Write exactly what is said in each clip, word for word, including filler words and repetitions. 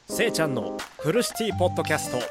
せいちゃんのフルシティポッドキャスト。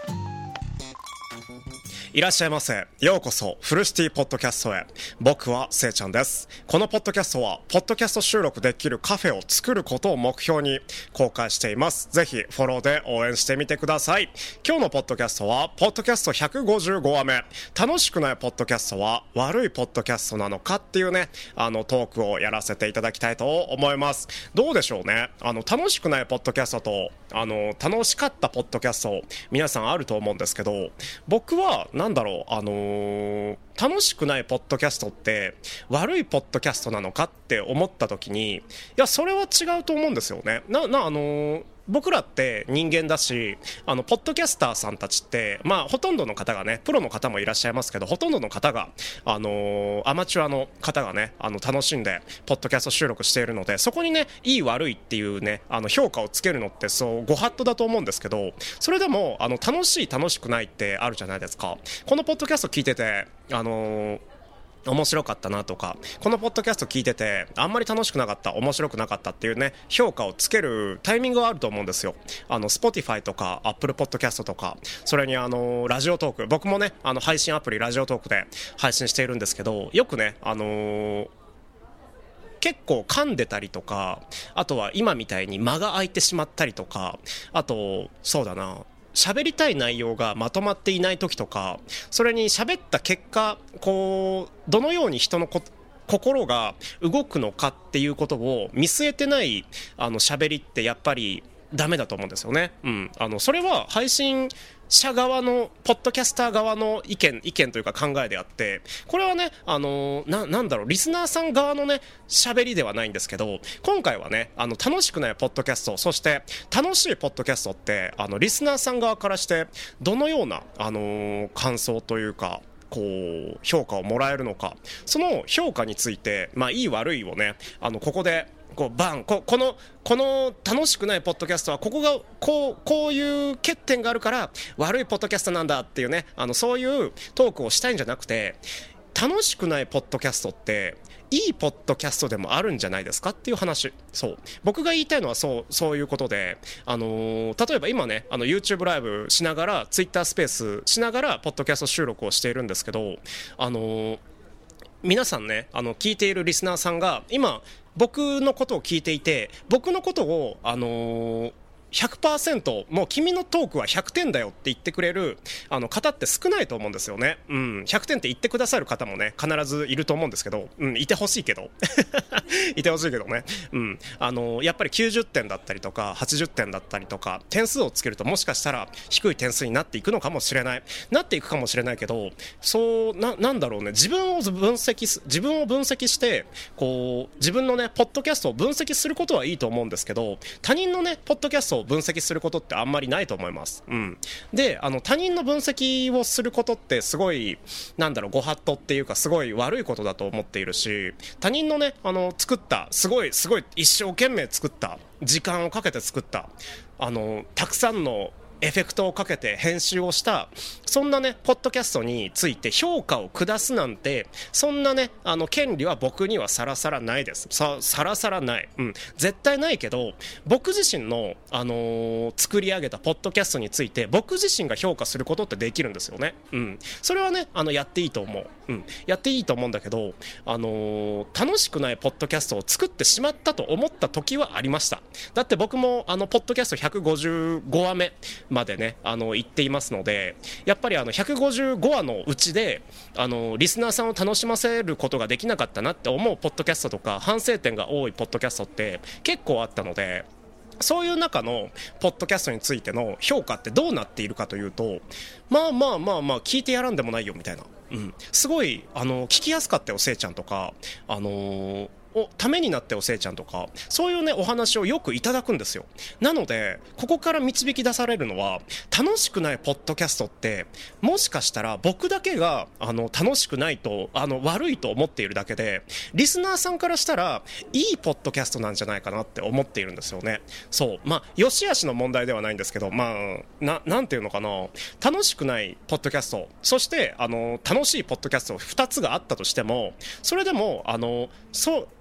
いらっしゃいませ。ようこそフルシティポッドキャストへ。僕はせいちゃんです。このポッドキャストはポッドキャスト収録できるカフェを作ることを目標に公開しています。ぜひフォローで応援してみてください。今日のポッドキャストはポッドキャストひゃくごじゅうごわめ。楽しくないポッドキャストは悪いポッドキャストなのかっていうね、あのトークをやらせていただきたいと思います。どうでしょうね。あの楽しくないポッドキャストとあの楽しかったポッドキャスト皆さんあると思うんですけど、僕はなんだろう、あのー、楽しくないポッドキャストって悪いポッドキャストなのかって思った時に、いやそれは違うと思うんですよね。な、な、あのー僕らって人間だし、あのポッドキャスターさんたちって、まあほとんどの方がね、プロの方もいらっしゃいますけど、ほとんどの方があのー、アマチュアの方がね、あの楽しんでポッドキャスト収録しているので、そこにね、いい悪いっていうね、あの評価をつけるのってそうご法度だと思うんですけど、それでもあの楽しい楽しくないってあるじゃないですか。このポッドキャスト聞いてて、あのー面白かったなとか、このポッドキャスト聞いててあんまり楽しくなかった、面白くなかったっていうね、評価をつけるタイミングがあると思うんですよ。あの Spotify とか Apple Podcast とか、それにあのラジオトーク、僕もね、あの配信アプリラジオトークで配信しているんですけど、よくね、あのー結構噛んでたりとか、あとは今みたいに間が空いてしまったりとか、あとそうだな、喋りたい内容がまとまっていない時とか、それに喋った結果、こうどのように人のこ心が動くのかっていうことを見据えてないあの喋りってやっぱりダメだと思うんですよね。うん、あのそれは配信者側のポッドキャスター側の意見意見というか考えであって、これはね、あのな、なんだろう、リスナーさん側のね喋りではないんですけど、今回はね、あの楽しくないポッドキャスト、そして楽しいポッドキャストってあのリスナーさん側からしてどのようなあの感想というか、こう評価をもらえるのか、その評価について、まあいい悪いをね、あのここでこうバン こ, このこの楽しくないポッドキャストはここがこうこういう欠点があるから悪いポッドキャストなんだっていうね、あのそういうトークをしたいんじゃなくて、楽しくないポッドキャストっていいポッドキャストでもあるんじゃないですかっていう話。そう僕が言いたいのはそうそういうことで、あのー、例えば今ね、あの YouTube ライブしながら Twitter スペースしながらポッドキャスト収録をしているんですけど、あのー、皆さんね、あの聞いているリスナーさんが今僕のことを聞いていて、僕のことをあのーひゃくパーセント もう君のトークはひゃくてんだよって言ってくれるあの方って少ないと思うんですよね。うん、ひゃくてんって言ってくださる方もね必ずいると思うんですけど、うん、いてほしいけどいてほしいけどね、うん、あのやっぱりきゅうじゅってんだったりとかはちじゅってんだったりとか、点数をつけるともしかしたら低い点数になっていくのかもしれないなっていくかもしれないけど、そうな、なんだろうね、自分を分析す自分を分析してこう自分のねポッドキャストを分析することはいいと思うんですけど、他人のねポッドキャストを分析することってあんまりないと思います。うん、で、あの他人の分析をすることってすごいなんだろう、ご法度っていうかすごい悪いことだと思っているし、他人のねあの作ったすごいすごい一生懸命作った時間をかけて作ったあのたくさんのエフェクトをかけて編集をしたそんなねポッドキャストについて評価を下すなんて、そんなねあの権利は僕にはさらさらないです。ささらさらない、うん、絶対ないけど、僕自身の、あのー、作り上げたポッドキャストについて僕自身が評価することってできるんですよね。うん、それはねあのやっていいと思う、うん、やっていいと思うんだけど、あのー、楽しくないポッドキャストを作ってしまったと思った時はありました。だって僕もあのポッドキャストひゃくごじゅうごわめまでねあの言っていますので、やっぱりあのひゃくごじゅうごわのうちであのリスナーさんを楽しませることができなかったなって思うポッドキャストとか反省点が多いポッドキャストって結構あったので、そういう中のポッドキャストについての評価ってどうなっているかというと、まあまあまあまあ聞いてやらんでもないよみたいな、うん、すごいあの聞きやすかったよせいちゃんとか、あのーおためになっておせいちゃんとか、そういうねお話をよくいただくんですよ。なのでここから導き出されるのは、楽しくないポッドキャストってもしかしたら僕だけがあの楽しくないとあの悪いと思っているだけで、リスナーさんからしたらいいポッドキャストなんじゃないかなって思っているんですよね。そうまあ良し悪しの問題ではないんですけど、まあななんていうのかな、楽しくないポッドキャスト、そしてあの楽しいポッドキャストふたつがあったとしても、それでもあのそう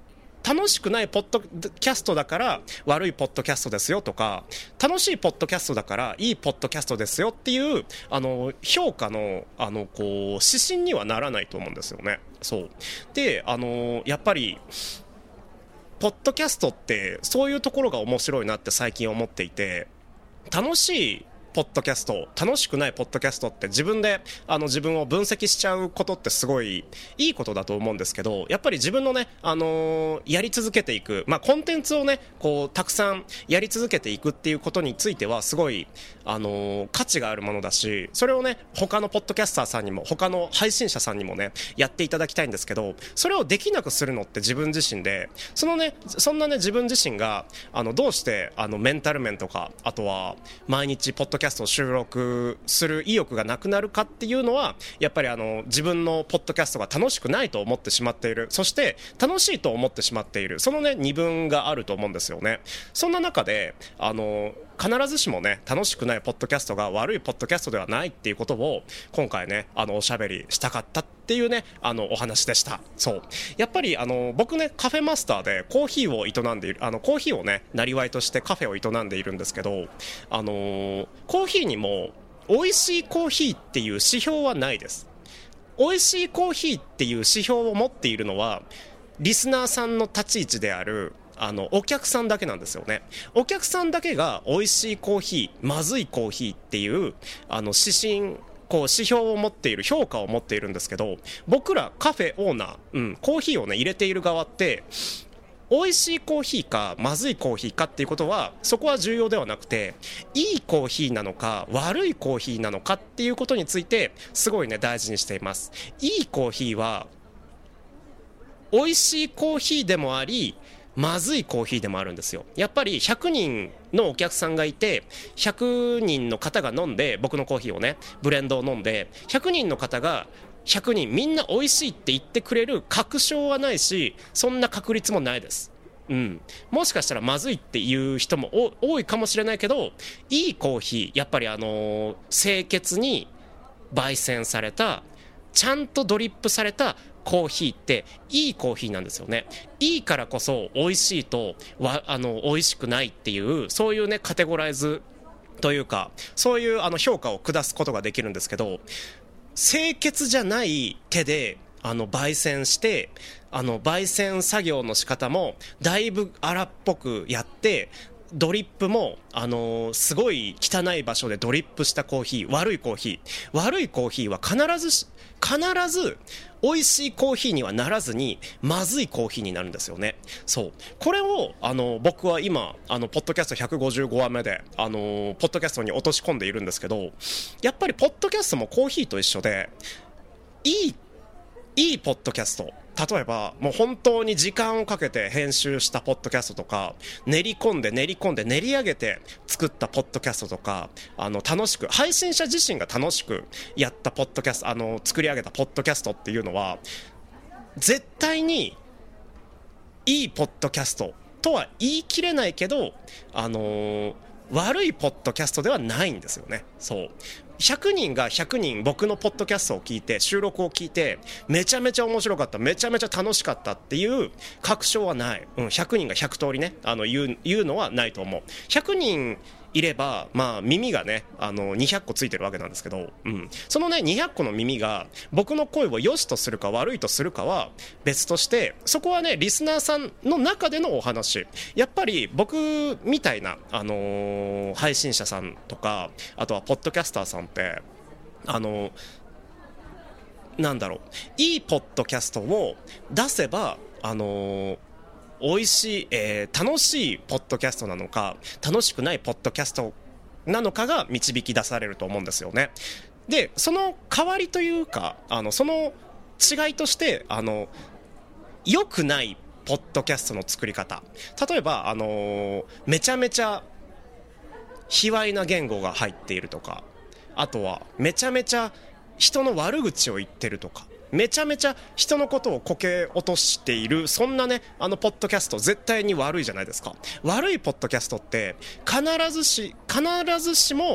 楽しくないポッドキャストだから悪いポッドキャストですよとか、楽しいポッドキャストだからいいポッドキャストですよっていうあの評価のあのこう指針にはならないと思うんですよね。そうで、あのやっぱりポッドキャストってそういうところが面白いなって最近思っていて、楽しいポッドキャスト、楽しくないポッドキャストって自分であの自分を分析しちゃうことってすごいいいことだと思うんですけど、やっぱり自分のね、あのー、やり続けていく、まあ、コンテンツをねこうたくさんやり続けていくっていうことについてはすごい、あのー、価値があるものだし、それをね他のポッドキャスターさんにも他の配信者さんにもねやっていただきたいんですけど、それをできなくするのって自分自身で、そのねそんなね自分自身があのどうしてあのメンタル面とか、あとは毎日ポッドキャストを収録する意欲がなくなるかっていうのは、やっぱりあの自分のポッドキャストが楽しくないと思ってしまっている、そして楽しいと思ってしまっている、そのね二分があると思うんですよね。そんな中であの必ずしもね楽しくないポッドキャストが悪いポッドキャストではないっていうことを今回ねあのおしゃべりしたかったっていうねあのお話でした。そうやっぱりあの僕ねカフェマスターでコーヒーを営んでいる、あのコーヒーをねなりわいとしてカフェを営んでいるんですけど、あのー、コーヒーにも美味しいコーヒーっていう指標はないです。美味しいコーヒーっていう指標を持っているのはリスナーさんの立ち位置であるあのお客さんだけなんですよね。お客さんだけが美味しいコーヒー、まずいコーヒーっていうあの指針、こう指標を持っている、評価を持っているんですけど、僕らカフェオーナー、うん、コーヒーをね入れている側って美味しいコーヒーかまずいコーヒーかっていうことはそこは重要ではなくて、いいコーヒーなのか悪いコーヒーなのかっていうことについてすごいね大事にしています。いいコーヒーは美味しいコーヒーでもありまずいコーヒーでもあるんですよ。やっぱりひゃくにんのお客さんがいてひゃくにんの方が飲んで、僕のコーヒーをねブレンドを飲んでひゃくにんの方がひゃくにんみんな美味しいって言ってくれる確証はないし、そんな確率もないです。うん、もしかしたらまずいっていう人も多いかもしれないけど、いいコーヒーやっぱりあのー、清潔に焙煎されたちゃんとドリップされたコーヒーっていいコーヒーなんですよね。いいからこそ美味しいとわあの美味しくないっていう、そういうねカテゴライズというか、そういうあの評価を下すことができるんですけど、清潔じゃない手であの焙煎して、あの焙煎作業の仕方もだいぶ荒っぽくやって、ドリップも、あのー、すごい汚い場所でドリップしたコーヒー、悪いコーヒー悪いコーヒーは必ずし必ず美味しいコーヒーにはならずにまずいコーヒーになるんですよね。そうこれをあの僕は今あのポッドキャストひゃくごじゅうごわめであのポッドキャストに落とし込んでいるんですけど、やっぱりポッドキャストもコーヒーと一緒で、いいいいポッドキャスト、例えばもう本当に時間をかけて編集したポッドキャストとか、練り込んで練り込んで練り上げて作ったポッドキャストとか、あの楽しく配信者自身が楽しくやったポッドキャスト、あの作り上げたポッドキャストっていうのは絶対にいいポッドキャストとは言い切れないけど、あのー、悪いポッドキャストではないんですよね。そうひゃくにんがひゃくにん僕のポッドキャストを聞いて、収録を聞いてめちゃめちゃ面白かった、めちゃめちゃ楽しかったっていう確証はない、うん、ひゃくにんがひゃく通りねあの言う、言うのはないと思う。ひゃくにんいれば、まあ、耳がねあのにひゃっこついてるわけなんですけど、うん、そのねにひゃっこの耳が僕の声を良しとするか悪いとするかは別として、そこはねリスナーさんの中でのお話。やっぱり僕みたいな、あのー、配信者さんとか、あとはポッドキャスターさんってあのー、なんだろう、いいポッドキャストを出せばあのー美味しい、えー、楽しいポッドキャストなのか楽しくないポッドキャストなのかが導き出されると思うんですよね。でその代わりというか、あのその違いとして、あの良くないポッドキャストの作り方、例えば、あのー、めちゃめちゃ卑猥な言語が入っているとか、あとはめちゃめちゃ人の悪口を言ってるとか、めちゃめちゃ人のことをこけ落としている、そんなねあのポッドキャスト絶対に悪いじゃないですか。悪いポッドキャストって必ずし必ずしも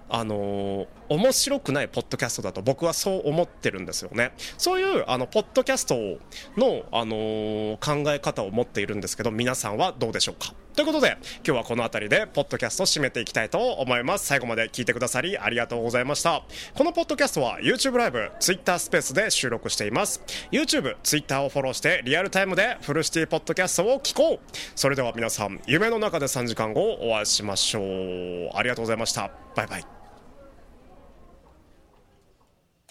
あのー、面白くないポッドキャストだと僕はそう思ってるんですよね。そういうあのポッドキャストの、あのー、考え方を持っているんですけど、皆さんはどうでしょうか。ということで今日はこの辺りでポッドキャストを締めていきたいと思います。最後まで聞いてくださりありがとうございました。このポッドキャストは YouTube ライブ、Twitter スペースで収録しています。 YouTube、Twitter をフォローしてリアルタイムでフルシティポッドキャストを聞こう。それでは皆さん、夢の中でさんじかんごお会いしましょう。ありがとうございました。バイバイ。